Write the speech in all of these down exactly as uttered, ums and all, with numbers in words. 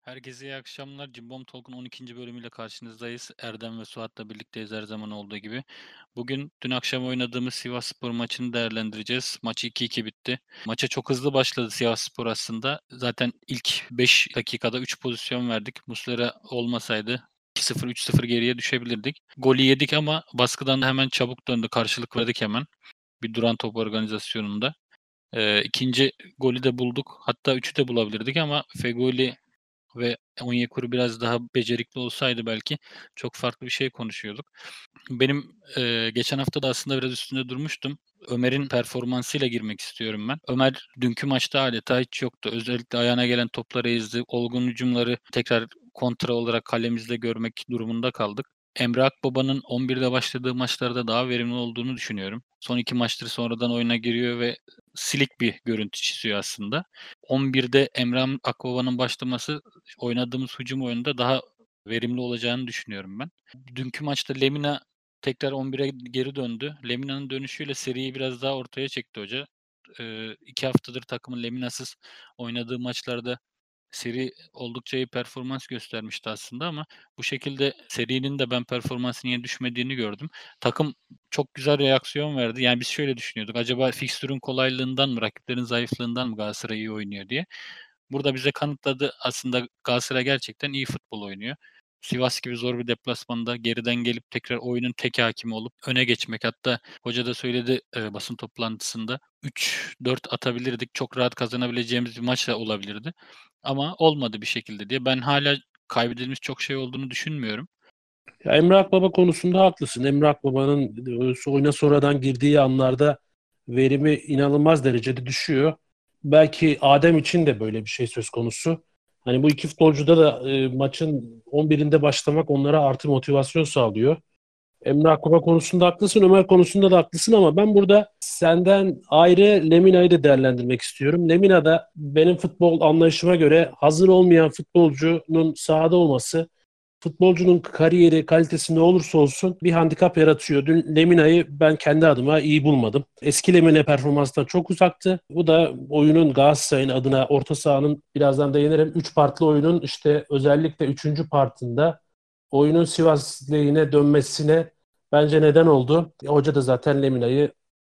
Herkese iyi akşamlar. Cimbom Talk'un on ikinci bölümüyle karşınızdayız. Erdem ve Suat'la birlikteyiz her zaman olduğu gibi. Bugün dün akşam oynadığımız Sivasspor maçını değerlendireceğiz. Maç iki iki bitti. Maça çok hızlı başladı Sivasspor aslında. Zaten ilk beş dakikada üç pozisyon verdik. Muslera olmasaydı iki sıfır üç sıfır geriye düşebilirdik. Golü yedik ama baskıdan da hemen çabuk döndü. Karşılık verdik hemen. Bir duran top organizasyonunda. Ee, ikinci golü de bulduk. Hatta üçü de bulabilirdik ama Fegoli ve Onyekuru biraz daha becerikli olsaydı belki çok farklı bir şey konuşuyorduk. Benim, eee, geçen hafta da aslında biraz üstünde durmuştum. Ömer'in performansıyla girmek istiyorum ben. Ömer dünkü maçta adeta hiç yoktu. Özellikle ayağına gelen topları ezdi. Olgun hücumları tekrar kontra olarak kalemizde görmek durumunda kaldık. Emre Akbaba'nın on birde başladığı maçlarda daha verimli olduğunu düşünüyorum. Son iki maçtır sonradan oyuna giriyor ve silik bir görüntü çiziyor aslında. on birde Emre Akbaba'nın başlaması oynadığımız hücum oyununda daha verimli olacağını düşünüyorum ben. Dünkü maçta Lemina tekrar on bire geri döndü. Lemina'nın dönüşüyle seriyi biraz daha ortaya çekti hoca. Eee, iki haftadır takımın Lemina'sız oynadığı maçlarda seri oldukça iyi performans göstermişti aslında ama bu şekilde serinin de ben performansının yine düşmediğini gördüm. Takım çok güzel reaksiyon verdi. Yani biz şöyle düşünüyorduk. Acaba fikstürün kolaylığından mı, rakiplerin zayıflığından mı Galatasaray iyi oynuyor diye. Burada bize kanıtladı aslında Galatasaray gerçekten iyi futbol oynuyor. Sivas gibi zor bir deplasmanda geriden gelip tekrar oyunun tek hakimi olup öne geçmek. Hatta hoca da söyledi eee, basın toplantısında üç dört atabilirdik. Çok rahat kazanabileceğimiz bir maç da olabilirdi. Ama olmadı bir şekilde diye. Ben hala kaybedilmiş çok şey olduğunu düşünmüyorum. Ya Emre Akbaba konusunda haklısın. Emre Akbaba'nın e, oyuna sonradan girdiği anlarda verimi inanılmaz derecede düşüyor. Belki Adem için de böyle bir şey söz konusu. Hani bu iki futbolcuda da e, maçın on birinde başlamak onlara artı motivasyon sağlıyor. Emre Akbaba konusunda haklısın, Ömer konusunda da haklısın ama ben burada senden ayrı Lemina'yı da değerlendirmek istiyorum. Lemina da benim futbol anlayışıma göre hazır olmayan futbolcunun sahada olması futbolcunun kariyeri, kalitesi ne olursa olsun bir handikap yaratıyor. Dün Lemina'yı ben kendi adıma iyi bulmadım. Eski Lemina performanstan çok uzaktı. Bu da oyunun Galatasaray'ın adına orta sahanın birazdan değinerim. Üç partlı oyunun işte özellikle üçüncü partında oyunun Sivas lehine dönmesine bence neden oldu. E, Hoca da zaten Lemina'yı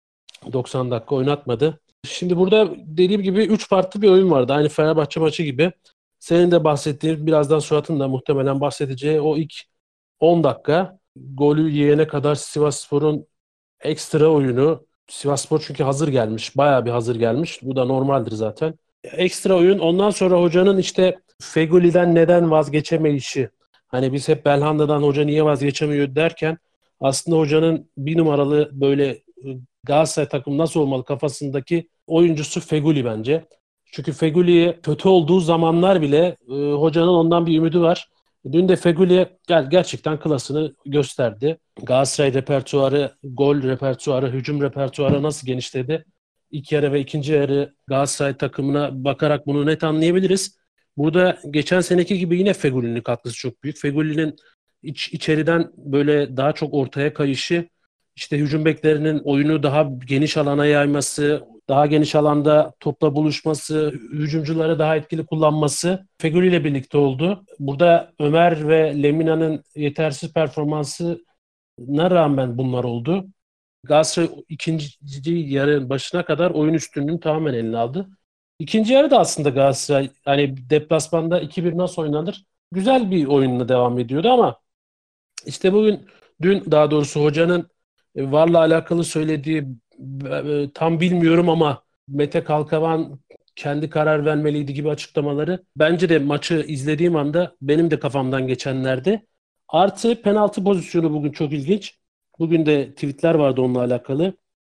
doksan dakika oynatmadı. Şimdi burada dediğim gibi üç farklı bir oyun vardı. Aynı Fenerbahçe maçı gibi. Senin de bahsettiğin, birazdan Suat'ın da muhtemelen bahsedeceği o ilk on dakika golü yiyene kadar Sivasspor'un ekstra oyunu. Sivasspor çünkü hazır gelmiş. Bayağı bir hazır gelmiş. Bu da normaldir zaten. Ekstra oyun. Ondan sonra hocanın işte Fegüli'den neden vazgeçemeyişi. Hani biz hep Belhanda'dan hoca niye vazgeçemiyor derken aslında hocanın bir numaralı böyle e, Galatasaray takımı nasıl olmalı kafasındaki oyuncusu Fegüli bence. Çünkü Fegüli'ye kötü olduğu zamanlar bile e, hocanın ondan bir ümidi var. Dün de Fegüli'ye gel gerçekten klasını gösterdi. Galatasaray repertuarı, gol repertuarı, hücum repertuarı nasıl genişledi? İlk yarı ve ikinci yarı Galatasaray takımına bakarak bunu net anlayabiliriz. Burada geçen seneki gibi yine Fegüli'nin katkısı çok büyük. Fegüli'nin iç, içeriden böyle daha çok ortaya kayışı, işte hücum beklerinin oyunu daha geniş alana yayması, daha geniş alanda topla buluşması, hücumcuları daha etkili kullanması Fegüli ile birlikte oldu. Burada Ömer ve Lemina'nın yetersiz performansına rağmen bunlar oldu. Galatasaray ikinci yarının başına kadar oyun üstünlüğünü tamamen eline aldı. İkinci yarı da aslında Galatasaray hani deplasmanda iki bir nasıl oynanır? Güzel bir oyunla devam ediyordu ama işte bugün dün daha doğrusu hocanın e, varla alakalı söylediği e, tam bilmiyorum ama Mete Kalkavan kendi karar vermeliydi gibi açıklamaları bence de maçı izlediğim anda benim de kafamdan geçenlerdi. Artı penaltı pozisyonu bugün çok ilginç. Bugün de tweetler vardı onunla alakalı.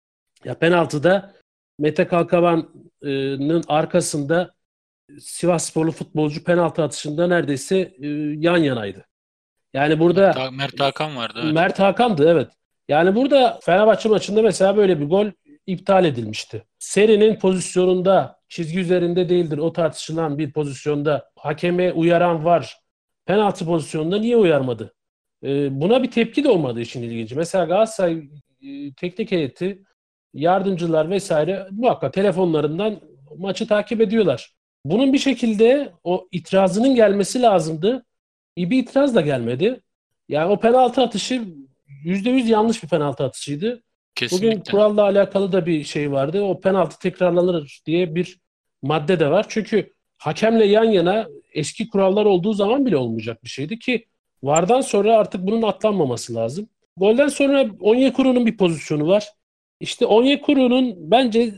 Ya penaltıda Mete Kalkavan'ın arkasında Sivassporlu futbolcu penaltı atışında neredeyse e, yan yanaydı. Yani Mert, burada Ha- Mert Hakan vardı, evet. Mert Hakan'dı, evet. Yani burada Fenerbahçe maçında mesela böyle bir gol iptal edilmişti. Seri'nin pozisyonunda çizgi üzerinde değildir o tartışılan bir pozisyonda hakeme uyaran var. Penaltı pozisyonunda niye uyarmadı? Ee, buna bir tepki de olmadı işin ilginci. Mesela Galatasaray e, teknik heyeti, yardımcılar vesaire muhakkak telefonlarından maçı takip ediyorlar. Bunun bir şekilde o itirazının gelmesi lazımdı. İyi bir itiraz da gelmedi. Yani o penaltı atışı yüzde yüz yanlış bir penaltı atışıydı. Bugün Kesinlikle. kuralla alakalı da bir şey vardı. O penaltı tekrarlanır diye bir madde de var. Çünkü hakemle yan yana eski kurallar olduğu zaman bile olmayacak bir şeydi ki VAR'dan sonra artık bunun atlanmaması lazım. Golden sonra Onyekuru'nun bir pozisyonu var. İşte Onyekuru'nun bence e,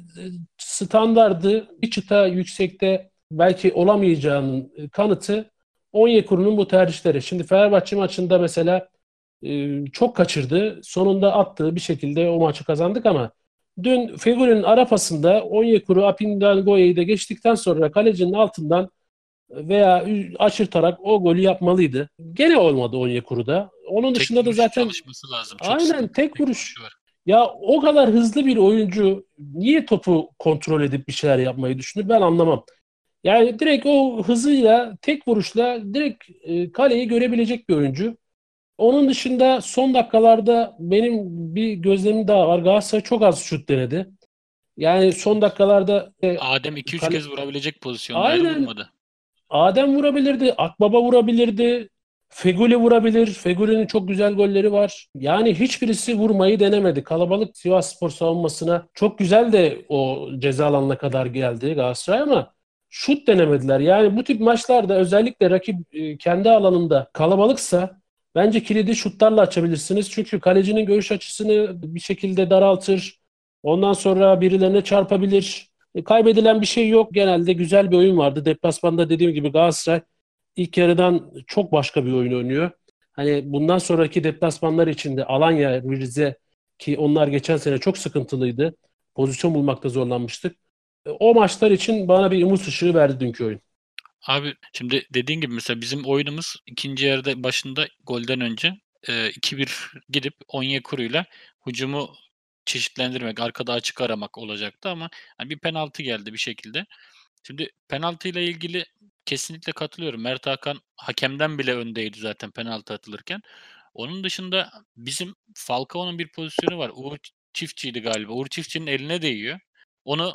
standardı bir çıta yüksekte belki olamayacağının e, kanıtı Onyekuru'nun bu tercihleri. Şimdi Fenerbahçe maçında mesela e, çok kaçırdı. Sonunda attığı bir şekilde o maçı kazandık ama dün Fegüli'nin ara pasında Onyekuru Apindagoye'yi de geçtikten sonra kalecinin altından veya aşırtarak o golü yapmalıydı. Gene olmadı Onyekuru'da. Onun Tek dışında da vuruş zaten çalışması lazım. Çok aynen sıkıntılı tek tek vuruş. vuruşu var. Ya o kadar hızlı bir oyuncu niye topu kontrol edip bir şeyler yapmayı düşünür ben anlamam. Yani direkt o hızıyla tek vuruşla direkt e, kaleyi görebilecek bir oyuncu. Onun dışında son dakikalarda benim bir gözlemim daha var. Galatasaray çok az şut denedi. Yani son dakikalarda e, Adem iki üç kale... kez vurabilecek pozisyondaydı, aynen vurmadı. Adem vurabilirdi, Akbaba vurabilirdi, Feguli vurabilir. Feguli'nin çok güzel golleri var. Yani hiçbirisi vurmayı denemedi. Kalabalık Sivasspor savunmasına çok güzel de o ceza alanına kadar geldi Galatasaray ama şut denemediler. Yani bu tip maçlarda özellikle rakip e, kendi alanında kalabalıksa bence kilidi şutlarla açabilirsiniz. Çünkü kalecinin görüş açısını bir şekilde daraltır. Ondan sonra birilerine çarpabilir. E, kaybedilen bir şey yok. Genelde güzel bir oyun vardı. Deplasmanda dediğim gibi Galatasaray ilk yarıdan çok başka bir oyun oynuyor. Hani bundan sonraki deplasmanlar için de Alanya, Rize ki onlar geçen sene çok sıkıntılıydı. Pozisyon bulmakta zorlanmıştık. E, O maçlar için bana bir umut ışığı verdi dünkü oyun. Abi şimdi dediğin gibi mesela bizim oyunumuz ikinci yarıda başında golden önce eee, iki bir gidip Onyekuru'yla hücumu çeşitlendirmek, arkada açık aramak olacaktı ama hani bir penaltı geldi bir şekilde. Şimdi penaltıyla ilgili kesinlikle katılıyorum. Mert Hakan hakemden bile öndeydi zaten penaltı atılırken. Onun dışında bizim Falcao'nun bir pozisyonu var. Uğur Çiftçi'ydi galiba. Uğur Çiftçi'nin eline değiyor. Onu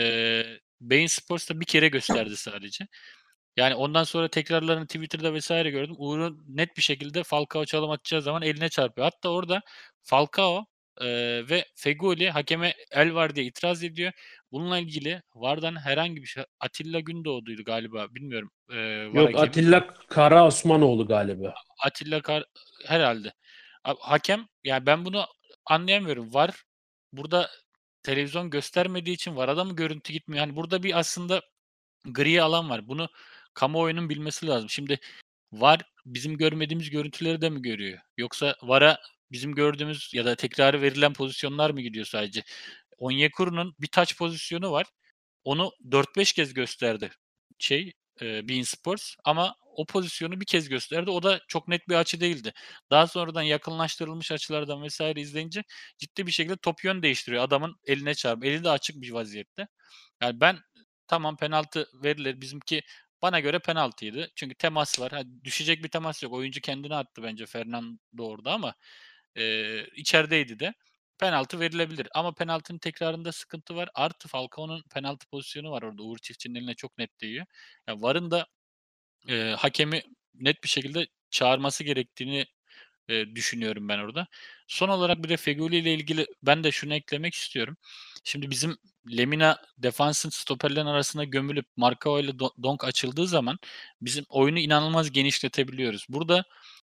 eee Bein Sports'ta bir kere gösterdi sadece. Yani ondan sonra tekrarlarını Twitter'da vesaire gördüm. Uğur'un net bir şekilde Falcao çalım atacağı zaman eline çarpıyor. Hatta orada Falcao, eee, ve Feghouli hakeme el var diye itiraz ediyor. Bununla ilgili VAR'dan herhangi bir şey Atilla Gündoğdu'ydu galiba bilmiyorum, eee, VAR Yok hakemi. Atilla Kara Osmanoğlu galiba. Atilla Kar herhâlde. Abi hakem, yani ben bunu anlayamıyorum. VAR burada televizyon göstermediği için VAR'a da mı görüntü gitmiyor? Hani burada bir aslında gri alan var. Bunu kamuoyunun bilmesi lazım. Şimdi VAR bizim görmediğimiz görüntüleri de mi görüyor? Yoksa VAR'a bizim gördüğümüz ya da tekrarı verilen pozisyonlar mı gidiyor sadece? Onyekuru'nun bir taç pozisyonu var. Onu dört beş kez gösterdi şey, eee, beIN Sports ama o pozisyonu bir kez gösterdi. O da çok net bir açı değildi. Daha sonradan yakınlaştırılmış açılardan vesaire izleyince ciddi bir şekilde top yön değiştiriyor. Adamın eline çarp eli de açık bir vaziyette. Yani ben tamam penaltı verilir. Bizimki bana göre penaltıydı. Çünkü temas var. Ha, düşecek bir temas yok. Oyuncu kendine attı bence Fernando orada ama eee, içerideydi de. Penaltı verilebilir ama penaltının tekrarında sıkıntı var. Artı Falcao'nun penaltı pozisyonu var orada. Uğur Çiftçi'nin eline çok net değiyor. Ya VAR'ın da eee, hakemi net bir şekilde çağırması gerektiğini eee, düşünüyorum ben orada. Son olarak bir de Feghouli ile ilgili ben de şunu eklemek istiyorum. Şimdi bizim Lemina defansın stoperlerin arasına gömülüp Marcao ile Do Donk açıldığı zaman bizim oyunu inanılmaz genişletebiliyoruz. Burada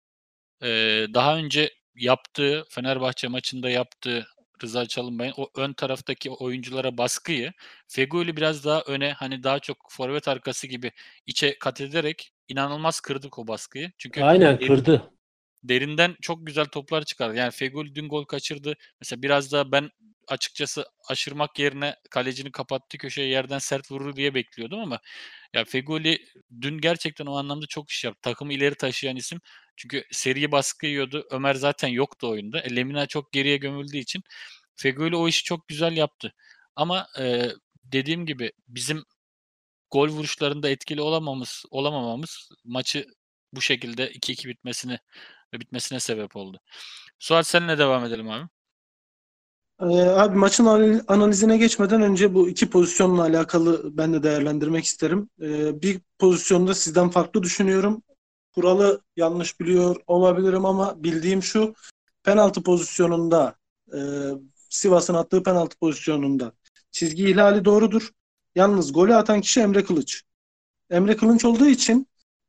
Eee, daha önce yaptığı, Fenerbahçe maçında yaptığı Rıza Çalınbay'ın o ön taraftaki oyunculara baskıyı Feghouli biraz daha öne, hani, daha çok forvet arkası gibi içe kat ederek inanılmaz kırdık o baskıyı. Çünkü Aynen derin kırdı. derinden çok güzel toplar çıkardı. Yani Feghouli dün gol kaçırdı. Mesela biraz daha ben açıkçası aşırmak yerine kalecinin kapattığı köşeye yerden sert vurur diye bekliyordum ama ya Feghouli dün gerçekten o anlamda çok iş yaptı. Takımı ileri taşıyan isim. Çünkü seri baskı yiyordu. Ömer zaten yoktu oyunda. E, Lemina çok geriye gömüldüğü için Feghouli o işi çok güzel yaptı. Ama, eee, dediğim gibi bizim gol vuruşlarında etkili olamamız olamamamız maçı bu şekilde iki iki bitmesine bitmesine sebep oldu. Suat seninle devam edelim abi. Ee, abi maçın anal- analizine geçmeden önce bu iki pozisyonla alakalı ben de değerlendirmek isterim. Ee, bir pozisyonda sizden farklı düşünüyorum. Kuralı yanlış biliyor olabilirim ama bildiğim şu: penaltı pozisyonunda, e, Sivas'ın attığı penaltı pozisyonunda çizgi ihlali doğrudur. Yalnız golü atan kişi Emre Kılıç. Emre Kılıç olduğu için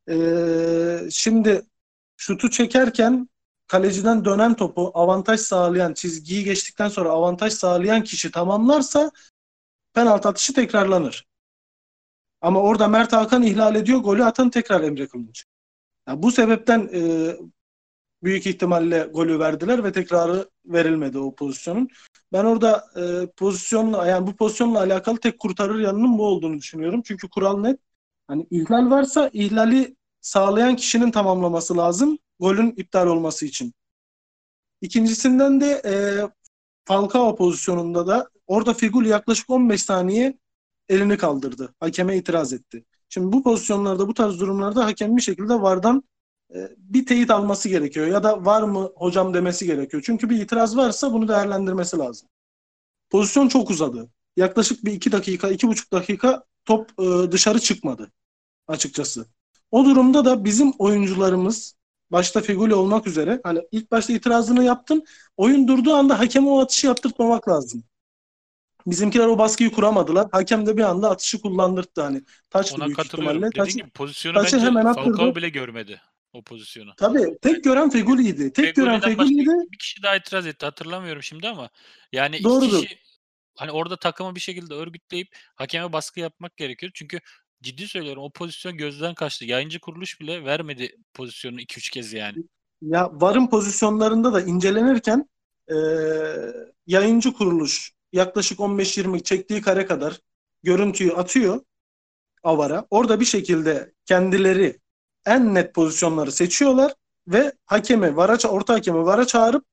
e, şimdi şutu çekerken kaleciden dönen topu avantaj sağlayan, çizgiyi geçtikten sonra avantaj sağlayan kişi tamamlarsa penaltı atışı tekrarlanır. Ama orada Mert Hakan ihlal ediyor, golü atan tekrar Emre Kılınç. Yani bu sebepten e, büyük ihtimalle golü verdiler ve tekrarı verilmedi o pozisyonun. Ben orada e, pozisyonla, yani bu pozisyonla alakalı tek kurtarır yanının bu olduğunu düşünüyorum. Çünkü kural net. Hani ihlal varsa ihlali sağlayan kişinin tamamlaması lazım golün iptal olması için. İkincisinden de e, Falcao pozisyonunda da orada Figül yaklaşık on beş saniye elini kaldırdı. Hakeme itiraz etti. Şimdi bu pozisyonlarda, bu tarz durumlarda hakem bir şekilde VAR'dan e, bir teyit alması gerekiyor. Ya da var mı hocam demesi gerekiyor. Çünkü bir itiraz varsa bunu değerlendirmesi lazım. Pozisyon çok uzadı. Yaklaşık bir iki dakika, iki buçuk dakika top e, dışarı çıkmadı açıkçası. O durumda da bizim oyuncularımız, başta Feguli olmak üzere, hani ilk başta itirazını yaptın, oyun durduğu anda hakeme o atışı yaptırtmamak lazım. Bizimkiler o baskıyı kuramadılar. Hakem de bir anda atışı kullandırdı. Hani taçtı Ona büyük ihtimalle. katılıyorum. Dediğin Taçı, gibi pozisyonu taçı bence hemen Falcao attırdı. bile görmedi o pozisyonu. Tabii tek gören Feguli'ydi. Tek gören Fegoli'den başka Feguli'ydi. bir kişi daha itiraz etti. Hatırlamıyorum şimdi ama yani iki Doğrudur. kişi hani orada takımı bir şekilde örgütleyip hakeme baskı yapmak gerekiyor. Çünkü ciddi söylüyorum o pozisyon gözden kaçtı. Yayıncı kuruluş bile vermedi pozisyonu iki üç kez yani. Ya VAR'ın pozisyonlarında da incelenirken e, yayıncı kuruluş yaklaşık on beş yirmi çektiği kare kadar görüntüyü atıyor avara. Orada bir şekilde kendileri en net pozisyonları seçiyorlar ve hakemi, vara, orta hakemi vara çağırıp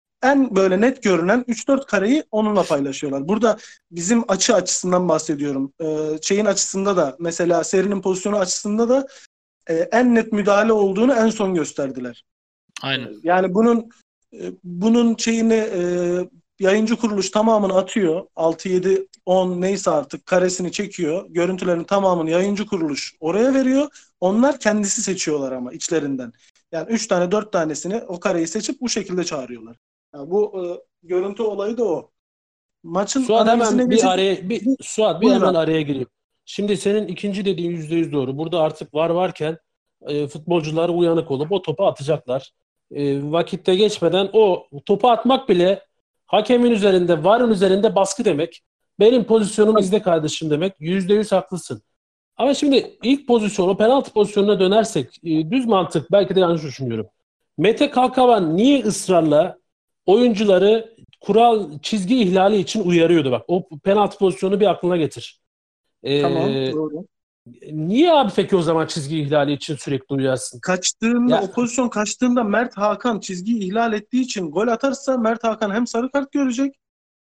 en böyle net görünen üç dört kareyi onunla paylaşıyorlar. Burada bizim açı açısından bahsediyorum. Ee, şeyin açısında da, mesela serinin pozisyonu açısında da e, en net müdahale olduğunu en son gösterdiler. Ee, Aynen. yani bunun e, bunun şeyini e, yayıncı kuruluş tamamını atıyor. altı yedi on neyse artık karesini çekiyor. Görüntülerin tamamını yayıncı kuruluş oraya veriyor. Onlar kendisi seçiyorlar ama içlerinden. Yani üç tane dört tanesini o kareyi seçip bu şekilde çağırıyorlar. Yani bu e, görüntü olayı da o. Maçın Suat analizine hemen bir geçip araya bir Suat bir buyur hemen abi. araya gireyim. Şimdi senin ikinci dediğin yüzde yüz doğru. Burada artık var varken e, futbolcular uyanık olup o topu atacaklar. E, vakitte geçmeden o topu atmak bile hakemin üzerinde, varın üzerinde baskı demek. Benim pozisyonum izle kardeşim demek. Yüzde yüz haklısın. Ama şimdi ilk pozisyon, o penaltı pozisyonuna dönersek, e, düz mantık, belki de yanlış düşünüyorum. Mete Kalkavan niye ısrarla oyuncuları kural çizgi ihlali için uyarıyordu? Bak, o penaltı pozisyonu bir aklına getir. Tamam, Ee, doğru. Niye abi peki o zaman çizgi ihlali için sürekli uyarsın? Kaçtığında, Ya o pozisyon kaçtığında Mert Hakan çizgiyi ihlal ettiği için gol atarsa Mert Hakan hem sarı kart görecek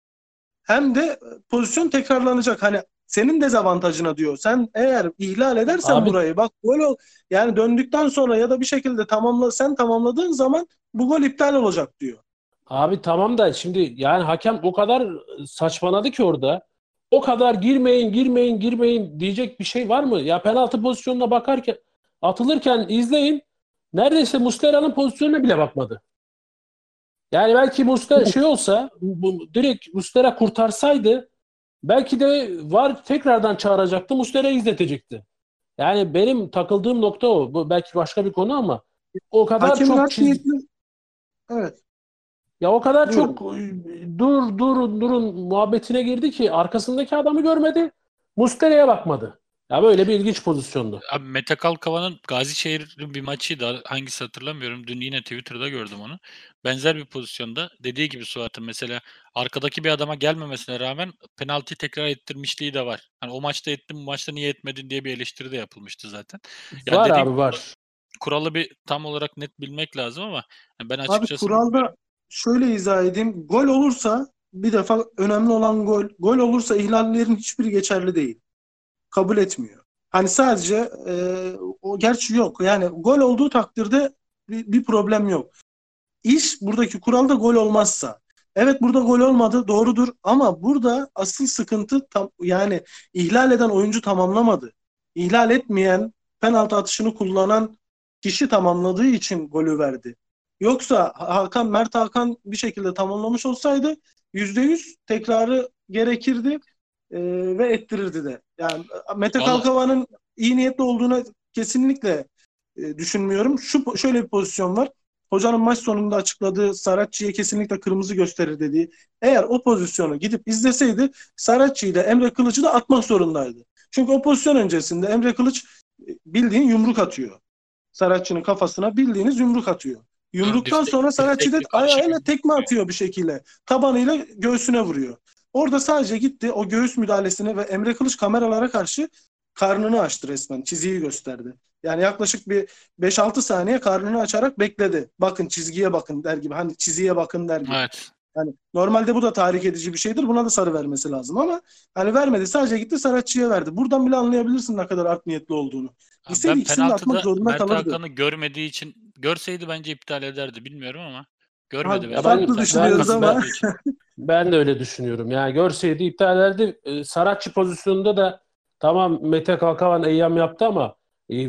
hem de pozisyon tekrarlanacak. Hani senin dezavantajına diyor. Sen eğer ihlal edersen abi burayı, bak gol ol, yani döndükten sonra ya da bir şekilde tamamla, sen tamamladığın zaman bu gol iptal olacak diyor. abi tamam da şimdi yani hakem o kadar saçmaladı ki orada. O kadar girmeyin, girmeyin, girmeyin diyecek bir şey var mı? Ya penaltı pozisyonuna bakarken, atılırken izleyin. Neredeyse Muslera'nın pozisyonuna bile bakmadı. Yani belki Muslera şey olsa, bu, direkt Muslera kurtarsaydı belki de var tekrardan çağıracaktı, Muslera'yı izletecekti. Yani benim takıldığım nokta o. Bu belki başka bir konu ama o kadar Hakemin çok art çizgi, niyetli, evet, ya o kadar buyurun. çok e, dur durun durun muhabbetine girdi ki arkasındaki adamı görmedi. Muslera'ya bakmadı. Ya böyle bir ilginç pozisyondu. Abi Mete Kalkava'nın Gazişehir'in bir maçıydı. Hangisi hatırlamıyorum. Dün yine Twitter'da gördüm onu. Benzer bir pozisyonda. Dediği gibi Suat'ın mesela arkadaki bir adama gelmemesine rağmen penaltıyı tekrar ettirmişliği de var. Hani o maçta ettin, bu maçta niye etmedin diye bir eleştiri de yapılmıştı zaten. Ya Var dediğim abi var. kuralı bir tam olarak net bilmek lazım ama yani ben Abi açıkçası bilmiyorum. kuralda şöyle izah edeyim. Gol olursa, bir defa önemli olan gol. Gol olursa ihlallerin hiçbiri geçerli değil. Kabul etmiyor. Hani sadece e, o gerçi yok. Yani gol olduğu takdirde bir, bir problem yok. İş buradaki kuralda gol olmazsa. Evet, burada gol olmadı, doğrudur, ama burada asıl sıkıntı tam, yani ihlal eden oyuncu tamamlamadı. İhlal etmeyen, penaltı atışını kullanan kişi tamamladığı için golü verdi. Yoksa Hakan, Mert Hakan bir şekilde tamamlamış olsaydı yüzde yüz tekrarı gerekirdi e, ve ettirirdi de. Yani Mete Valla Kalkava'nın iyi niyetli olduğuna kesinlikle e, düşünmüyorum. Şu şöyle bir pozisyon var. Hocanın maç sonunda açıkladığı, Saratçı'ya kesinlikle kırmızı gösterir dediği. Eğer o pozisyonu gidip izleseydi, Saratçı'yı da Emre Kılıç'ı da atmak zorundaydı. Çünkü o pozisyon öncesinde Emre Kılıç e, bildiğin yumruk atıyor. Saratçı'nın kafasına bildiğiniz yumruk atıyor. dur, Yumruktan dirsek, sonra Saratçı da dirsekle karşı ayağıyla bir tekme atıyor bir şekilde. Tabanıyla göğsüne vuruyor. Orada sadece gitti, o göğüs müdahalesini ve Emre Kılıç kameralara karşı karnını açtı resmen. Çizgiyi gösterdi. Yani yaklaşık bir beş altı saniye karnını açarak bekledi. Bakın, çizgiye bakın der gibi. Hani çizgiye bakın der gibi. evet. Yani normalde bu da tahrik edici bir şeydir. Buna da sarı vermesi lazım ama hani vermedi. Sadece gitti, Saratçı'ya verdi. Buradan bile anlayabilirsin ne kadar art niyetli olduğunu. Abi Gitseydi ben ikisini de atmak penaltıda zorunda Mert kalırdı. Hakan'ı görmediği için, görseydi bence iptal ederdi. Bilmiyorum ama Ha, görmedi Ya belli. ben farklı Sadece düşünüyoruz ben arkasında ama ben olduğu için. ben de öyle düşünüyorum. Yani görseydi iptal ederdi. Ee, Saratçı pozisyonunda da tamam, Mete Kalkavan eyyam yaptı ama e,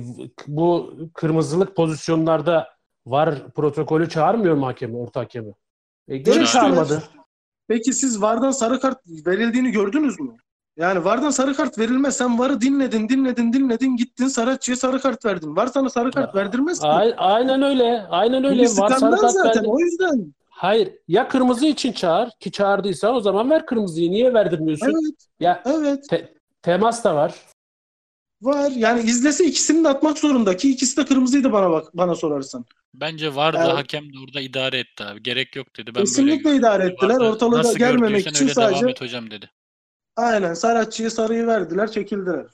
bu kırmızılık pozisyonlarda VAR protokolü çağırmıyor mu hakemi, orta hakemi? E, gene gerektiler. çağırmadı. Peki siz VAR'dan sarı kart verildiğini gördünüz mü? Yani VAR'dan sarı kart verilmez. Sen VAR'ı dinledin, dinledin, dinledin, gittin Saratçı'ya sarı kart verdin. VAR sana sarı kart verdirmez ki. A- Aynen öyle. Aynen Bu bir öyle. VAR sarı skandal kart zaten, verdi. o yüzden. Hayır. Ya kırmızı için çağır, ki çağırdıysa o zaman ver kırmızıyı. Niye verdirmiyorsun? Evet, Ya evet. te- temas da var. Var. Yani izlese ikisini de atmak zorunda, ki ikisi de kırmızıydı bana bak bana sorarsan. Bence vardı, Yani hakem de orada idare etti abi. Gerek yok dedi. Ben böyle kesinlikle gördüm idare dedi. ettiler. Vardı, Ortalığı da nasıl germemek gördüysen için öyle devam sadece et hocam dedi. aynen Saratçı'ya sarıyı verdiler, çekildiler.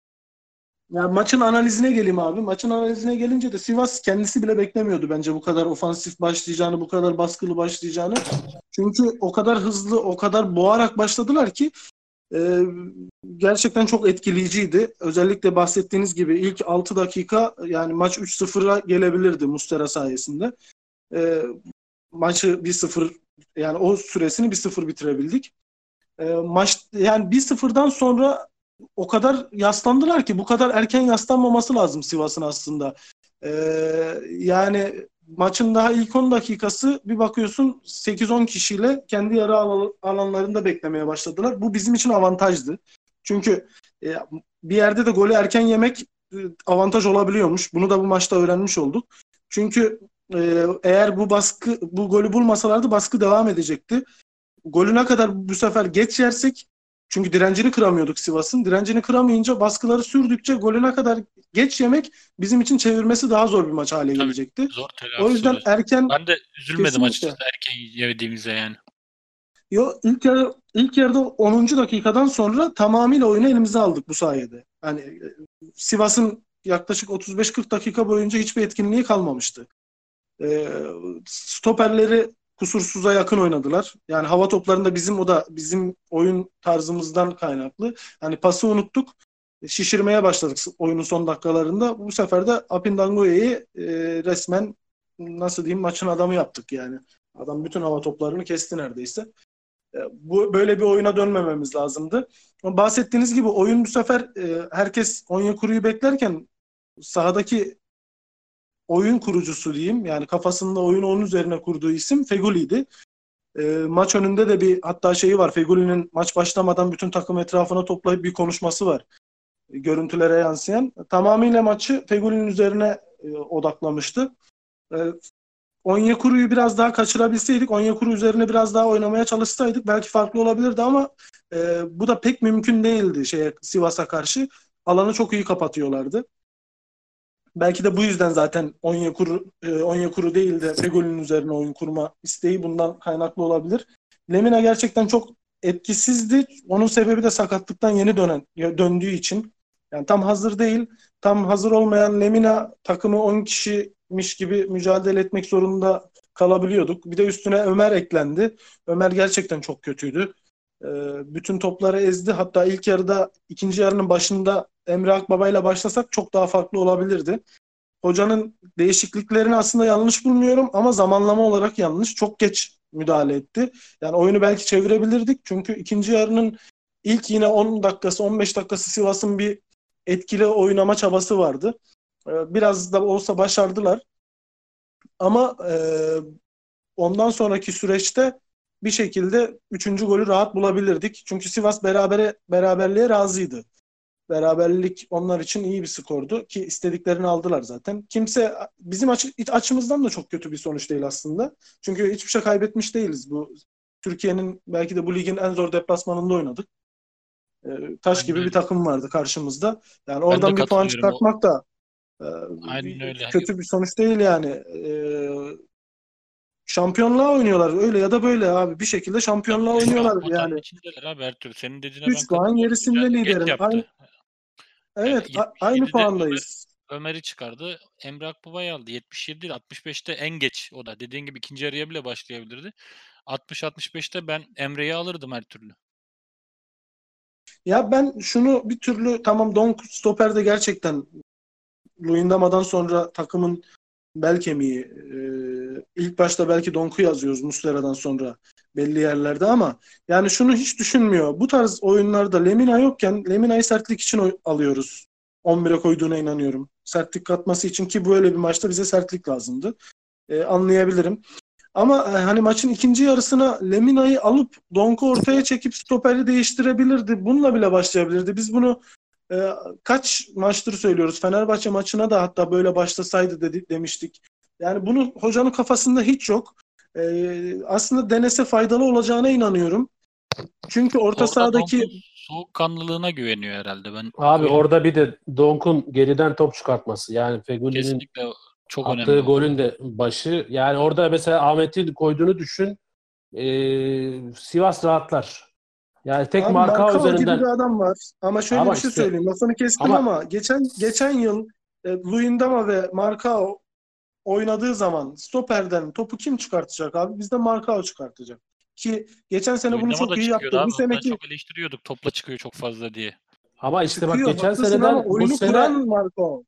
Ya maçın analizine geleyim abi. Maçın analizine gelince de Sivas kendisi bile beklemiyordu bence bu kadar ofansif başlayacağını, bu kadar baskılı başlayacağını. Çünkü o kadar hızlı, o kadar boğarak başladılar ki e, gerçekten çok etkileyiciydi. Özellikle bahsettiğiniz gibi ilk altı dakika, yani maç üç sıfıra gelebilirdi Muslera sayesinde. E, maçı bir sıfır, yani o süresini bir sıfır bitirebildik. E, maç yani bir sıfırdan sonra o kadar yaslandılar ki, bu kadar erken yaslanmaması lazım Sivas'ın aslında. E, yani maçın daha ilk on dakikası bir bakıyorsun sekiz on kişiyle kendi yarı alanlarında beklemeye başladılar. Bu bizim için avantajdı. Çünkü e, bir yerde de golü erken yemek e, avantaj olabiliyormuş. Bunu da bu maçta öğrenmiş olduk. Çünkü e, eğer bu baskı bu golü bulmasalardı baskı devam edecekti. Golü ne kadar bu sefer geç yersek, çünkü direncini kıramıyorduk Sivas'ın. Direncini kıramayınca, baskıları sürdükçe golü ne kadar geç yemek bizim için çevirmesi daha zor bir maç hale Tabii gelecekti. zor O telafisi yüzden oluyor. erken, Ben de üzülmedim kesinlikle. açıkçası erken yediğimize yani. Yo, ilk yarı ilk yarıda onuncu dakikadan sonra tamamıyla oyunu elimize aldık bu sayede. Yani e, Sivas'ın yaklaşık otuz beş kırk dakika boyunca hiçbir etkinliği kalmamıştı. E, stoperleri kusursuza yakın oynadılar. Yani hava toplarında bizim o da bizim oyun tarzımızdan kaynaklı. Hani pası unuttuk. Şişirmeye başladık oyunun son dakikalarında. Bu sefer de Apindangoye'yi e, resmen, nasıl diyeyim, maçın adamı yaptık yani. Adam bütün hava toplarını kesti neredeyse. E, bu böyle bir oyuna dönmememiz lazımdı. Ama bahsettiğiniz gibi oyun bu sefer e, herkes Onyekuru'yu beklerken sahadaki oyun kurucusu diyeyim, yani kafasında oyunu onun üzerine kurduğu isim Feguli'ydi. E, maç önünde de bir hatta şeyi var. Feguli'nin maç başlamadan bütün takım etrafına toplayıp bir konuşması var. E, görüntülere yansıyan. Tamamıyla maçı Feguli'nin üzerine e, odaklamıştı. E, Onyekuru'yu biraz daha kaçırabilseydik, Onyekuru üzerine biraz daha oynamaya çalışsaydık belki farklı olabilirdi ama e, bu da pek mümkün değildi şeye, Sivas'a karşı. Alanı çok iyi kapatıyorlardı. Belki de bu yüzden zaten Onyekuru, e, Onyekuru değil de Fegoli'nin üzerine oyun kurma isteği bundan kaynaklı olabilir. Lemina gerçekten çok etkisizdi. Onun sebebi de sakatlıktan yeni dönen döndüğü için. Yani tam hazır değil. Tam hazır olmayan Lemina takımı on kişiymiş gibi mücadele etmek zorunda kalabiliyorduk. Bir de üstüne Ömer eklendi. Ömer gerçekten çok kötüydü. E, bütün topları ezdi. Hatta ilk yarıda, ikinci yarının başında Emre Akbaba'yla başlasak çok daha farklı olabilirdi. Hocanın değişikliklerini aslında yanlış bulmuyorum ama zamanlama olarak yanlış. Çok geç müdahale etti. Yani oyunu belki çevirebilirdik. Çünkü ikinci yarının ilk yine on dakikası, on beş dakikası Sivas'ın bir etkili oynama çabası vardı. Biraz da olsa başardılar. Ama e, ondan sonraki süreçte bir şekilde üçüncü golü rahat bulabilirdik. Çünkü Sivas berabere beraberliğe razıydı. Beraberlik onlar için iyi bir skordu ki istediklerini aldılar zaten. Kimse bizim açı, açımızdan da çok kötü bir sonuç değil aslında. Çünkü hiçbir şey kaybetmiş değiliz. Bu Türkiye'nin belki de bu ligin en zor deplasmanında oynadık. E, taş Aynen gibi bir öyle. takım vardı karşımızda. Yani Ben de oradan bir puan katılıyorum. O çıkartmak da e, aynen bir, öyle. kötü bir sonuç değil yani. E, şampiyonluğa oynuyorlar öyle ya da böyle abi. Bir şekilde şampiyonluğa Tabii şu an oynuyorlar potanın yani. içindeler abi her türlü. Senin dediğine ben üç puan katılıyorum. Hoca gerisinde geç liderin. yaptı. Aynı, Yani evet a- aynı yetmiş yedide Ömer puandayız. Ömer'i çıkardı. Emre Akbaba'yı aldı. yetmiş yedi değil altmış beşte en geç o da. Dediğin gibi ikinci yarıya bile başlayabilirdi. altmış altmış beşte ben Emre'yi alırdım her türlü. Ya ben şunu bir türlü tamam Donk stoperde gerçekten Luyendama'dan sonra takımın bel kemiği. Ee, ilk başta belki Donk'u yazıyoruz Muslera'dan sonra belli yerlerde ama yani şunu hiç düşünmüyor. Bu tarz oyunlarda Lemina yokken Lemina'yı sertlik için oy- alıyoruz. on bire koyduğuna inanıyorum. Sertlik katması için ki böyle bir maçta bize sertlik lazımdı. Ee, anlayabilirim. Ama e, hani maçın ikinci yarısına Lemina'yı alıp Donk'u ortaya çekip stoperi değiştirebilirdi. Bununla bile başlayabilirdi. Biz bunu e, kaç maçtır söylüyoruz. Fenerbahçe maçına da hatta böyle başlasaydı dedi, demiştik. Yani bunu hocanın kafasında hiç yok. E, aslında denese faydalı olacağına inanıyorum. Çünkü orta Orada sahadaki Donk'un soğukkanlılığına güveniyor herhalde. Ben Abi öyle orada bir de Donk'un geriden top çıkartması. Yani Fegüli'nin kesinlikle çok attığı önemli o. golün de başı. Yani orada mesela Ahmet'i koyduğunu düşün. Ee, Sivas rahatlar. Yani tek abi marka Markao gibi üzerinden bir adam var. Ama şöyle ama bir şey işte söyleyeyim. Lafını kestim ama ama geçen geçen yıl e, Luyendama ve Markao oynadığı zaman stoperden topu kim çıkartacak abi? Bizde Markao çıkartacak. Ki geçen sene bunu Oynama da çok iyi çıkıyordu yaptı. Bu abi. Hatta seneki çok eleştiriyorduk. Topla çıkıyor çok fazla diye. ama işte bak çıkıyor geçen haklısın ama seneden bu oyunu sene kuran Markao.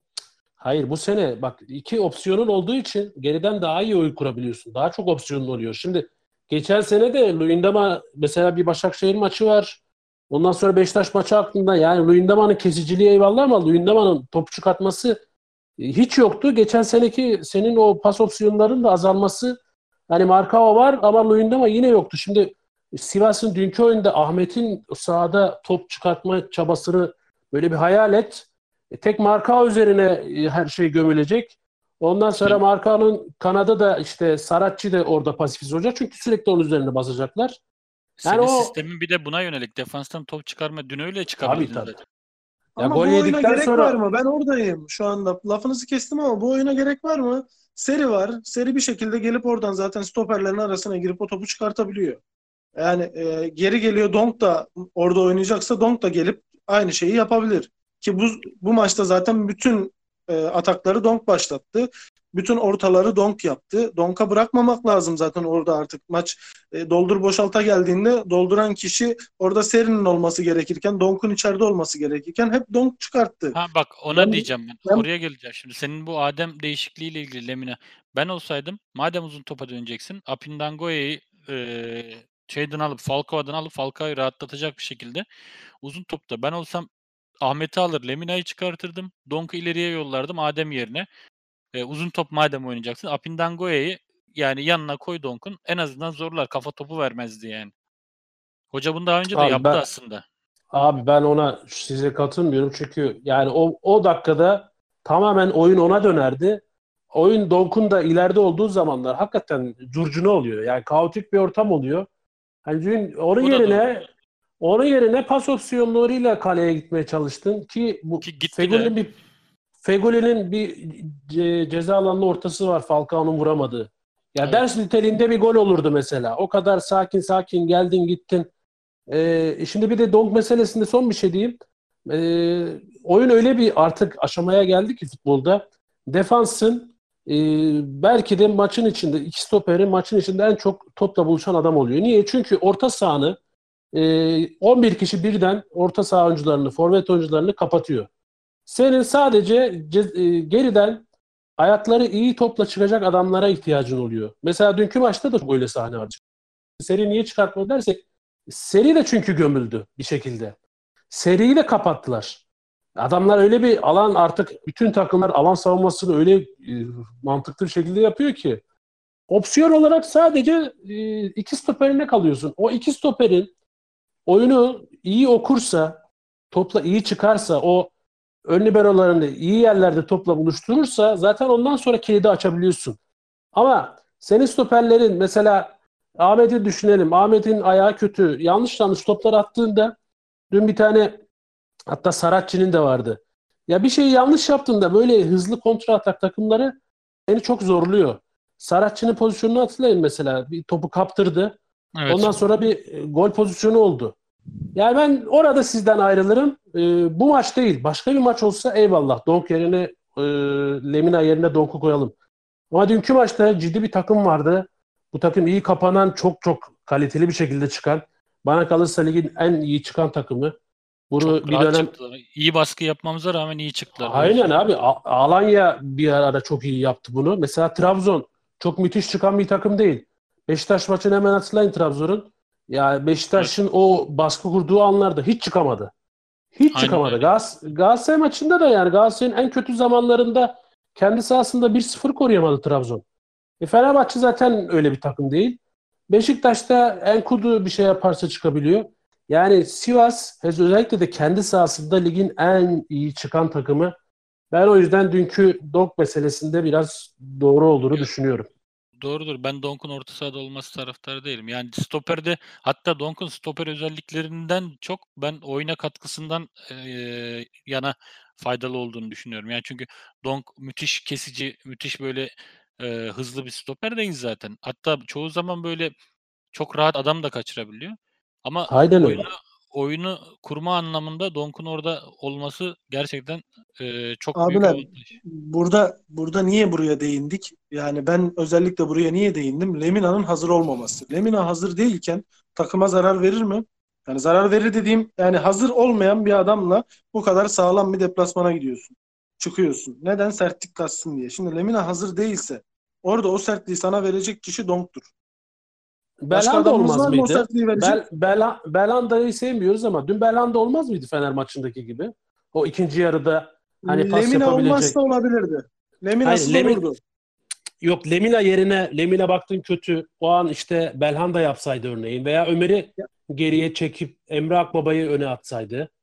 hayır bu sene bak iki opsiyonun olduğu için geriden daha iyi oyun kurabiliyorsun. Daha çok opsiyonun oluyor. Şimdi geçen sene de Luyendama mesela bir Başakşehir maçı var. Ondan sonra Beşiktaş maçı aklında. Yani Luyendama'nın kesiciliği eyvallah ama Luyendama'nın topu çıkartması e, hiç yoktu. Geçen seneki senin o pas opsiyonlarının da azalması hani Markao var ama Luyendama yine yoktu. Şimdi Sivas'ın dünkü oyunda Ahmet'in sahada top çıkartma çabasını böyle bir hayal et. E, tek Markao üzerine e, her şey gömülecek. Ondan sonra Sen, Markao'nun kanadı da işte Saratçı da orada pasifize olacak. Çünkü sürekli onun üzerine basacaklar. Yani senin o sistemin bir de buna yönelik. Defanstan top çıkarma. Dün öyle tabii çıkabildin tabii. zaten. Ya Ama gol bu oyuna yedikten gerek var sonra mı? Ben oradayım şu anda. Lafınızı kestim ama bu oyuna gerek var mı? Seri var. Seri bir şekilde gelip oradan zaten stoperlerin arasına girip o topu çıkartabiliyor. Yani e, geri geliyor Donk da orada oynayacaksa Donk da gelip aynı şeyi yapabilir. Ki bu bu maçta zaten bütün e, atakları Donk başlattı. Bütün ortaları Donk yaptı. Donk'a bırakmamak lazım zaten orada artık. Maç e, doldur boşalta geldiğinde dolduran kişi orada Seri'nin olması gerekirken Donk'un içeride olması gerekirken hep Donk çıkarttı. Ha bak ona Ben, diyeceğim ben. ben Oraya geleceğim şimdi. Senin bu Adem değişikliğiyle ilgili Lemine. Ben olsaydım madem uzun topa döneceksin Apindango'yu eee şeyden alıp Falcao'dan alıp Falcao'yu rahatlatacak bir şekilde uzun topta ben olsam Ahmet'i alır Lemina'yı çıkartırdım. Donk'u ileriye yollardım Adem yerine. Eee, uzun top madem oynayacaksın Apindango'yu yani yanına koy Donk'un en azından zorlar. Kafa topu vermezdi yani. Hoca bunu daha önce de abi yaptı ben aslında. abi ben ona size katılmıyorum çünkü yani o o dakikada tamamen oyun ona dönerdi. Oyun Donk'un da ileride olduğu zamanlar hakikaten curcuna oluyor. Yani kaotik bir ortam oluyor. Hani dün onun O da doğru. yerine onun yerine pas opsiyonlarıyla kaleye gitmeye çalıştın ki bu Ki gitti de. Fegoli'nin bir Fegoli'nin bir ce- ceza alanının ortası var Falcao'nun vuramadığı. Ya ders Evet. niteliğinde bir gol olurdu mesela. O kadar sakin sakin geldin gittin. Ee, şimdi bir de Donk meselesinde son bir şey diyeyim. Ee, oyun öyle bir artık aşamaya geldi ki futbolda. Defansın e, belki de maçın içinde iki stoperin maçın içinde en çok topla buluşan adam oluyor. Niye? Çünkü orta sahanı e, on bir kişi birden orta saha oyuncularını, forvet oyuncularını kapatıyor. Senin sadece ce- e, geriden ayakları iyi topla çıkacak adamlara ihtiyacın oluyor. Mesela dünkü maçta da böyle sahne var. Seri niye çıkartmadı dersek, seri de çünkü gömüldü bir şekilde. Seriyi de kapattılar. Adamlar öyle bir alan, artık bütün takımlar alan savunmasını öyle e, mantıklı bir şekilde yapıyor ki opsiyon olarak sadece e, iki stoperine kalıyorsun. O iki stoperin oyunu iyi okursa, topla iyi çıkarsa, o ön liberolarını iyi yerlerde topla buluşturursa zaten ondan sonra kilidi açabiliyorsun. Ama senin stoperlerin, mesela Ahmet'i düşünelim. Ahmet'in ayağı kötü. Yanlış yanlış toplar attığında, dün bir tane, hatta Saratçı'nın de vardı. Ya bir şeyi yanlış yaptığında böyle hızlı kontra atak takımları seni çok zorluyor. Saratçı'nın pozisyonunu hatırlayın mesela. Bir topu kaptırdı. Evet. Ondan sonra bir e, gol pozisyonu oldu. Yani ben orada sizden ayrılırım. E, bu maç değil. Başka bir maç olsa eyvallah. Donk yerine e, Lemina yerine Donk'u koyalım. Ama dünkü maçta ciddi bir takım vardı. Bu takım iyi kapanan, çok çok kaliteli bir şekilde çıkan. Bana kalırsa ligin en iyi çıkan takımı. Bunu Çok bir rahat dönem çıktılar. İyi baskı yapmamıza rağmen iyi çıktılar. Doğru aynen söylüyorsun. abi. A- Alanya bir ara çok iyi yaptı bunu. Mesela Trabzon çok müthiş çıkan bir takım değil. Beşiktaş maçını hemen hatırlayın Trabzon'un. Ya Evet. Beşiktaş'ın o baskı kurduğu anlarda hiç çıkamadı. Hiç Aynen çıkamadı. öyle. Gal Galatasaray maçında da, yani Galatasaray'ın en kötü zamanlarında kendi sahasında bir sıfır koruyamadı Trabzon. E Fenerbahçe zaten öyle bir takım değil. Beşiktaş'ta Enkudu bir şey yaparsa çıkabiliyor. Yani Sivas özellikle de kendi sahasında ligin en iyi çıkan takımı. Ben o yüzden dünkü Donk meselesinde biraz doğru olduğunu Ya, düşünüyorum. doğrudur. Ben Donk'un orta sahada olması taraftarı değilim. Yani stoperde, hatta Donk'un stoper özelliklerinden çok ben oyuna katkısından eee, yana faydalı olduğunu düşünüyorum. Yani çünkü Donk müthiş kesici, müthiş böyle eee, hızlı bir stoper değil zaten. Hatta çoğu zaman böyle çok rahat adam da kaçırabiliyor. Ama Aynen öyle. oyunu oyunu kurma anlamında Donk'un orada olması gerçekten eee, çok büyük Abiler, avantaj. burada burada niye buraya değindik? Yani ben özellikle buraya niye değindim? Lemina'nın hazır olmaması. Lemina hazır değilken takıma zarar verir mi? Yani zarar verir dediğim, yani hazır olmayan bir adamla bu kadar sağlam bir deplasmana gidiyorsun. Çıkıyorsun. Neden? Sertlik katsın diye. Şimdi Lemina hazır değilse orada o sertliği sana verecek kişi Donk'tur. Başka Belhanda adamımız olmaz var mı o mıydı? sertliği verecek? Bel, Bel, Belhanda'yı sevmiyoruz ama dün Belhanda olmaz mıydı Fener maçındaki gibi? O ikinci yarıda hani pas Lemina olmazsa yapabilecek. olabilirdi. Hayır, Lemina'sız Lemin, olurdu. yok, Lemina yerine, Lemina baktın kötü. O an işte Belhanda yapsaydı örneğin, veya Ömer'i geriye çekip Emre Akbaba'yı öne atsaydı.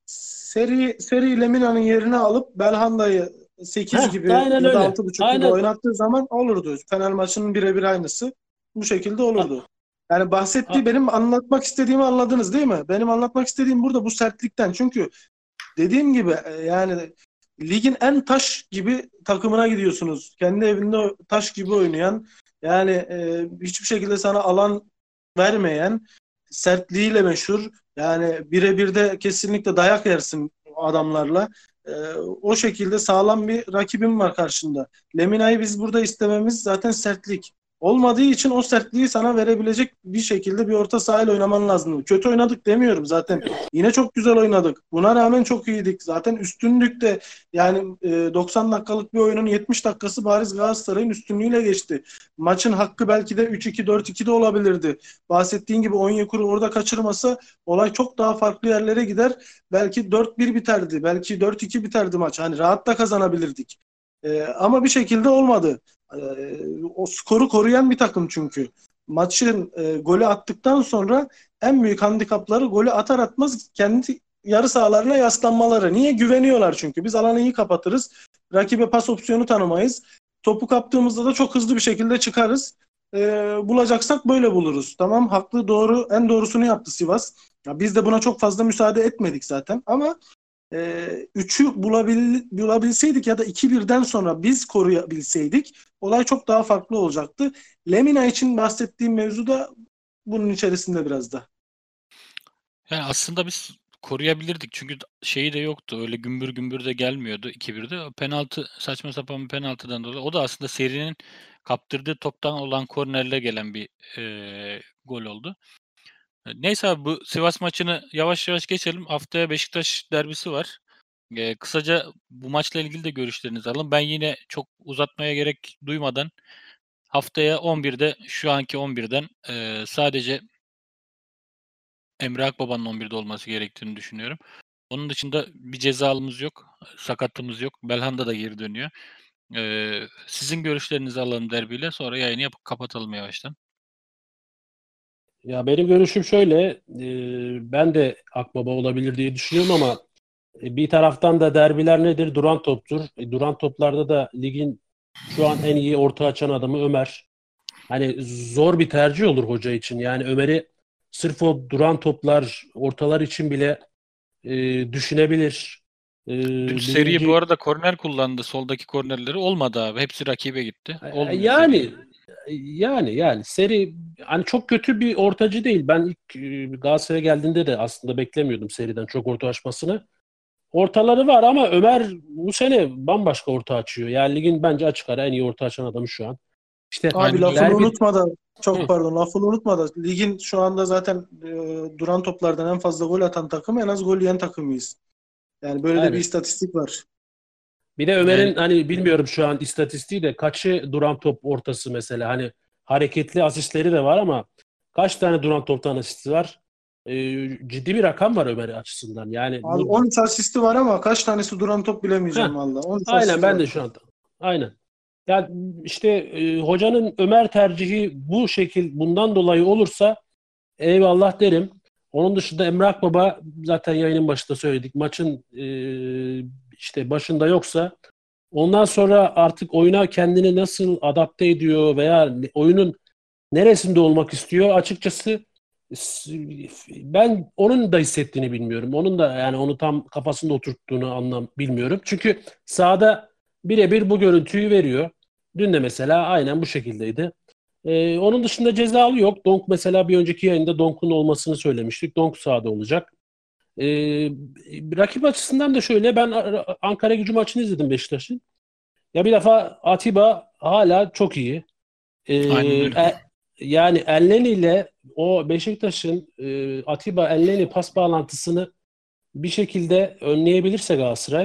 Seri seri Lemina'nın yerine alıp Belhanda'yı sekiz Heh, gibi aynen ya da öyle. altı buçuk gibi Aynen. oynattığı zaman olurdu. Fener maçının birebir aynısı. Bu şekilde olurdu. A- Yani bahsettiği, a- benim anlatmak istediğimi anladınız değil mi? Benim anlatmak istediğim burada bu sertlikten. Çünkü dediğim gibi e, yani ligin en taş gibi takımına gidiyorsunuz. Kendi evinde taş gibi oynayan, yani e, hiçbir şekilde sana alan vermeyen, sertliğiyle meşhur. Yani birebir de kesinlikle dayak yersin adamlarla. E, o şekilde sağlam bir rakibim var karşında. Lemina'yı biz burada istememiz zaten sertlik. Olmadığı için o sertliği sana verebilecek bir şekilde bir orta sahayla oynaman lazım. Kötü oynadık demiyorum zaten. Yine çok güzel oynadık. Buna rağmen çok iyiydik. Zaten üstünlük de, yani e, doksan dakikalık bir oyunun yetmiş dakikası bariz Galatasaray'ın üstünlüğüyle geçti. Maçın hakkı belki de üç iki dört iki de olabilirdi. Bahsettiğin gibi Onyekuru orada kaçırmasa olay çok daha farklı yerlere gider. Belki dört bir biterdi. Belki dört iki biterdi maç. Hani rahat da kazanabilirdik. E, ama bir şekilde olmadı. E, o skoru koruyan bir takım çünkü. Maçın e, golü attıktan sonra en büyük handikapları golü atar atmaz kendi yarı sahalarına yaslanmaları. Niye? Güveniyorlar çünkü. Biz alanı iyi kapatırız. Rakibe pas opsiyonu tanımayız. Topu kaptığımızda da çok hızlı bir şekilde çıkarız. Ee, bulacaksak böyle buluruz. Tamam, haklı, doğru, en doğrusunu yaptı Sivas. Ya biz de buna çok fazla müsaade etmedik zaten ama e, üçü bulabil, bulabilseydik ya da iki birden sonra biz koruyabilseydik olay çok daha farklı olacaktı. Lemina için bahsettiğim mevzu da bunun içerisinde biraz da. Yani aslında biz koruyabilirdik çünkü d şeyi de yoktu, öyle gümbür gümbür de gelmiyordu iki birde. O penaltı, saçma sapan bir penaltıdan dolayı, o da aslında serinin kaptırdığı toptan olan kornerle gelen bir, eee, gol oldu. Eee, neyse abi, bu Sivas maçını yavaş yavaş geçelim. Haftaya Beşiktaş derbisi var. Eee, kısaca bu maçla ilgili de görüşlerinizi alalım. Ben yine çok uzatmaya gerek duymadan haftaya on birde şu anki on birden eee, sadece Emre Akbaba'nın on birde olması gerektiğini düşünüyorum. Onun dışında bir cezalımız yok, sakatımız yok. Belhanda da geri dönüyor. Eee, sizin görüşlerinizi alalım derbiyle, sonra yayını yapıp kapatalım yavaştan. Ya benim görüşüm şöyle, e, ben de Akbaba olabilir diye düşünüyorum ama e, bir taraftan da derbiler nedir? Duran toptur. E, duran toplarda da ligin şu an en iyi orta açan adamı Ömer. Hani zor bir tercih olur hoca için. Yani Ömer'i sırf o duran toplar, ortalar için bile e, düşünebilir. E, Dün seri bu birinci arada korner kullandı. Soldaki kornerleri olmadı abi. Hepsi rakibe gitti. e, Olmuyor seri yani yani. yani yani seri hani çok kötü bir ortacı değil. Ben ilk e, Galatasaray'a geldiğinde de aslında beklemiyordum seriden çok orta açmasını. Ortaları var ama Ömer bu sene bambaşka orta açıyor. Yani ligin bence açık ara en iyi orta açan adamı şu an. İşte Abi Aynen öyle. lafını derbi unutma da çok Hı, pardon lafını unutma da ligin şu anda zaten e, duran toplardan en fazla gol atan takım en az gol yiyen takımıyız. Yani böyle de bir aynen. istatistik var. Bir de Ömer'in Yani hani bilmiyorum şu an istatistiği de kaçı duran top ortası mesela hani hareketli asistleri de var ama kaç tane duran toptan asisti var? Ee, ciddi bir rakam var Ömer açısından. Yani Abi bu on üç asisti var ama kaç tanesi duran top heh, bilemeyeceğim valla. on üç aynen asisti ben var. de şu an aynen. Yani işte e, hocanın Ömer tercihi bu şekil bundan dolayı olursa eyvallah derim. Onun dışında Emre Akbaba zaten yayının başında söyledik. Maçın e, işte başında yoksa ondan sonra artık oyuna kendini nasıl adapte ediyor veya ne- oyunun neresinde olmak istiyor açıkçası s- ben onun da hissettiğini bilmiyorum. Onun da yani onu tam kafasında oturttuğunu anlam bilmiyorum. Çünkü sahada birebir bu görüntüyü veriyor. Dün de mesela aynen bu şekildeydi. Ee, onun dışında cezalı yok. Donk mesela bir önceki yayında Donk'un olmasını söylemiştik. Donk sahada olacak. Ee, rakip açısından da şöyle ben A- Ankara Gücü maçını izledim Beşiktaş'ın. Ya bir defa Atiba hala çok iyi. Ee, aynen öyle. e- yani Elneny ile o Beşiktaş'ın e, Atiba Elneny pas bağlantısını bir şekilde önleyebilirse Galatasaray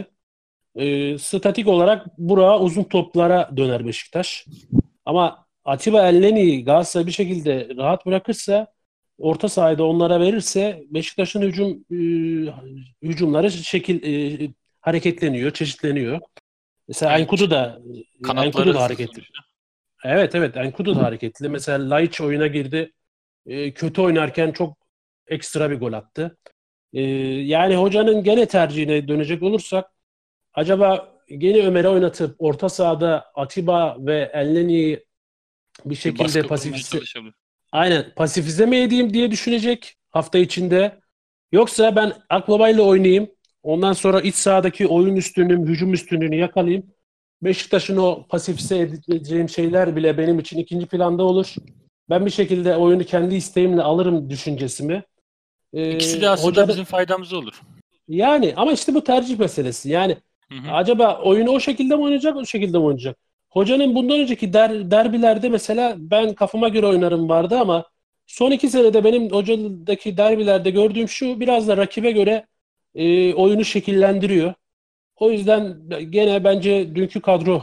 e, statik olarak buraya uzun toplara döner Beşiktaş. Ama Atiba Elneny'yi Galatasaray bir şekilde rahat bırakırsa orta sahada onlara verirse Beşiktaş'ın hücum e, hücumları şekil e, hareketleniyor, çeşitleniyor. Mesela Aynen. Enkudu da Kanatları Enkudu da hızlı hareketli. sonuçta. Evet evet Enkudu da hareketli. Mesela Laiç oyuna girdi. E, kötü oynarken çok ekstra bir gol attı. E, yani hocanın gene tercihine dönecek olursak acaba gene Ömer'i oynatıp orta sahada Atiba ve Elneny'yi bir Bir şekilde baskı kurmaya pasifize çalışabilir. aynen pasifize mi edeyim diye düşünecek hafta içinde. Yoksa ben Akbaba oynayayım. Ondan sonra iç sahadaki oyun üstünlüğüm, hücum üstünlüğünü yakalayayım. Beşiktaş'ın o pasifize edeceğim şeyler bile benim için ikinci planda olur. Ben bir şekilde oyunu kendi isteğimle alırım düşüncesimi. İkisi Ee, de aslında hoca da bizim faydamıza olur. yani ama işte bu tercih meselesi. Yani Hı hı. acaba oyunu o şekilde mi oynayacak, o şekilde mi oynayacak? Hocanın bundan önceki der, derbilerde mesela ben kafama göre oynarım vardı ama son iki senede benim hocadaki derbilerde gördüğüm şu biraz da rakibe göre e, oyunu şekillendiriyor. O yüzden gene bence dünkü kadro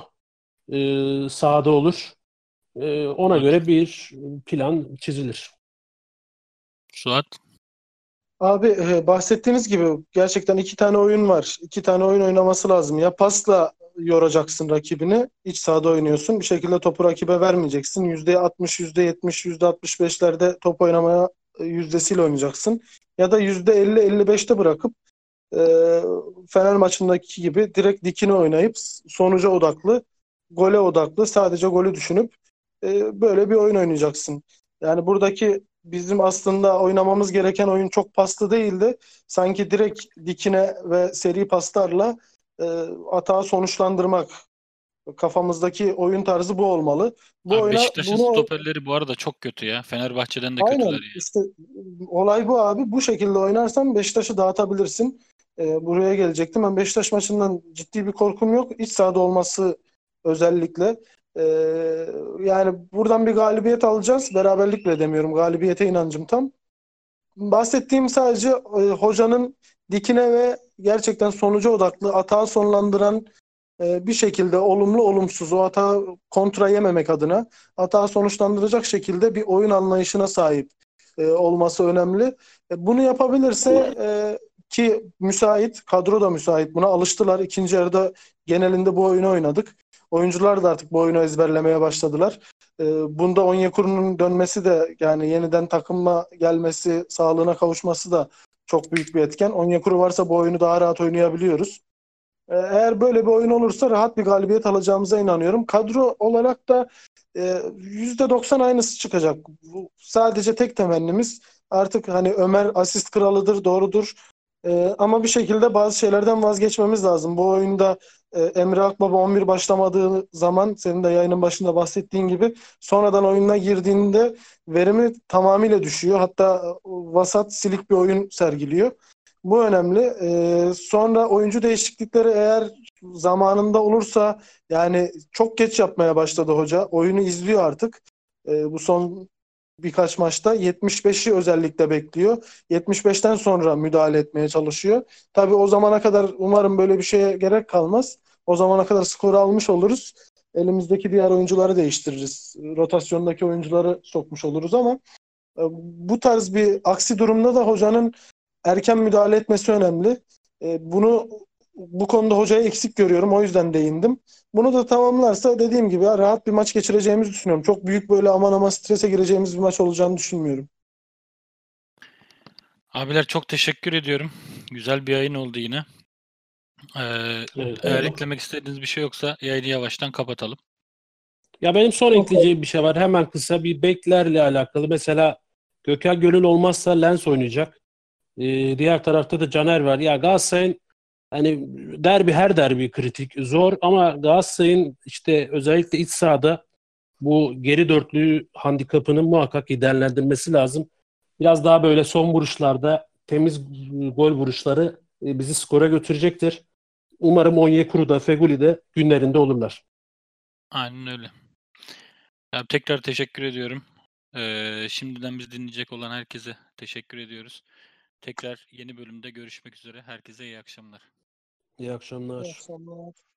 e, sahada olur. E, ona Evet. göre bir plan çizilir. Suat. Abi e, bahsettiğiniz gibi gerçekten iki tane oyun var. İki tane oyun oynaması lazım. Ya pasla yoracaksın rakibini. İç sahada oynuyorsun. Bir şekilde topu rakibe vermeyeceksin. yüzde altmış, yüzde yetmiş, yüzde altmış beşlerde top oynamaya e, yüzdesiyle oynayacaksın. Ya da yüzde elli elli beşte bırakıp e, Fener maçındaki gibi direkt dikine oynayıp sonuca odaklı, gole odaklı, sadece golü düşünüp e, böyle bir oyun oynayacaksın. Yani buradaki bizim aslında oynamamız gereken oyun çok paslı değildi. Sanki direkt dikine ve seri paslarla e, atağı sonuçlandırmak. Kafamızdaki oyun tarzı bu olmalı. Bu Abi oyuna Beşiktaş'ın bunu stoperleri bu arada çok kötü ya. Fenerbahçe'den de kötüler aynen ya. işte olay bu abi. Bu şekilde oynarsan Beşiktaş'ı dağıtabilirsin. Ee, buraya gelecektim. Ben Beşiktaş maçından ciddi bir korkum yok. İç sahada olması özellikle. Ee, yani buradan bir galibiyet alacağız. Beraberlikle demiyorum. Galibiyete inancım tam. bahsettiğim sadece e, hocanın dikine ve gerçekten sonuca odaklı, hata sonlandıran e, bir şekilde olumlu olumsuz o hata kontra yememek adına hata sonuçlandıracak şekilde bir oyun anlayışına sahip e, olması önemli. E, bunu yapabilirse e, ki müsait, kadro da müsait buna alıştılar. İkinci yarıda genelinde bu oyunu oynadık. Oyuncular da artık bu oyunu ezberlemeye başladılar. E, bunda Onyekuru'nun dönmesi de yani yeniden takıma gelmesi, sağlığına kavuşması da çok büyük bir etken. Onyekuru varsa bu oyunu daha rahat oynayabiliyoruz. E, Eğer böyle bir oyun olursa rahat bir galibiyet alacağımıza inanıyorum. Kadro olarak da e, yüzde doksan aynısı çıkacak. Bu sadece tek temennimiz artık hani Ömer asist kralıdır, doğrudur. E, ama bir şekilde bazı şeylerden vazgeçmemiz lazım. Bu oyunda e, Emre Akbaba on bir başlamadığı zaman senin de yayının başında bahsettiğin gibi sonradan oyuna girdiğinde verimi tamamıyla düşüyor. Hatta e, vasat silik bir oyun sergiliyor. Bu önemli. Ee, sonra oyuncu değişiklikleri eğer zamanında olursa yani çok geç yapmaya başladı hoca. Oyunu izliyor artık. Ee, bu son birkaç maçta yetmiş beşi özellikle bekliyor. yetmiş beşten sonra müdahale etmeye çalışıyor. Tabii o zamana kadar umarım böyle bir şeye gerek kalmaz. O zamana kadar skoru almış oluruz. Elimizdeki diğer oyuncuları değiştiririz. Rotasyondaki oyuncuları sokmuş oluruz ama e, bu tarz bir aksi durumda da hocanın erken müdahale etmesi önemli. E, bunu bu konuda hocayı eksik görüyorum. O yüzden değindim. Bunu da tamamlarsa dediğim gibi rahat bir maç geçireceğimizi düşünüyorum. Çok büyük böyle aman aman strese gireceğimiz bir maç olacağını düşünmüyorum. Abiler çok teşekkür ediyorum. Güzel bir yayın oldu yine. Ee, Evet. eğer eklemek istediğiniz bir şey yoksa yayını yavaştan kapatalım. Ya benim son ekleyeceğim bir şey var. Hemen kısa bir beklerle alakalı. Mesela Gökhan Gönül olmazsa Lens oynayacak. Ee, diğer tarafta da Caner var. Ya Galatasaray'ın hani derbi her derbi kritik, zor ama Galatasaray'ın işte özellikle iç sahada bu geri dörtlüğü handikapını muhakkak iyi değerlendirmesi lazım. Biraz daha böyle son vuruşlarda temiz gol vuruşları e, bizi skora götürecektir. Umarım Onyekuru da Feguli de günlerinde olurlar. Aynen öyle. Ya tekrar teşekkür ediyorum. Ee, şimdiden bizi dinleyecek olan herkese teşekkür ediyoruz. Tekrar yeni bölümde görüşmek üzere. Herkese iyi akşamlar. İyi İyi akşamlar. akşamlar.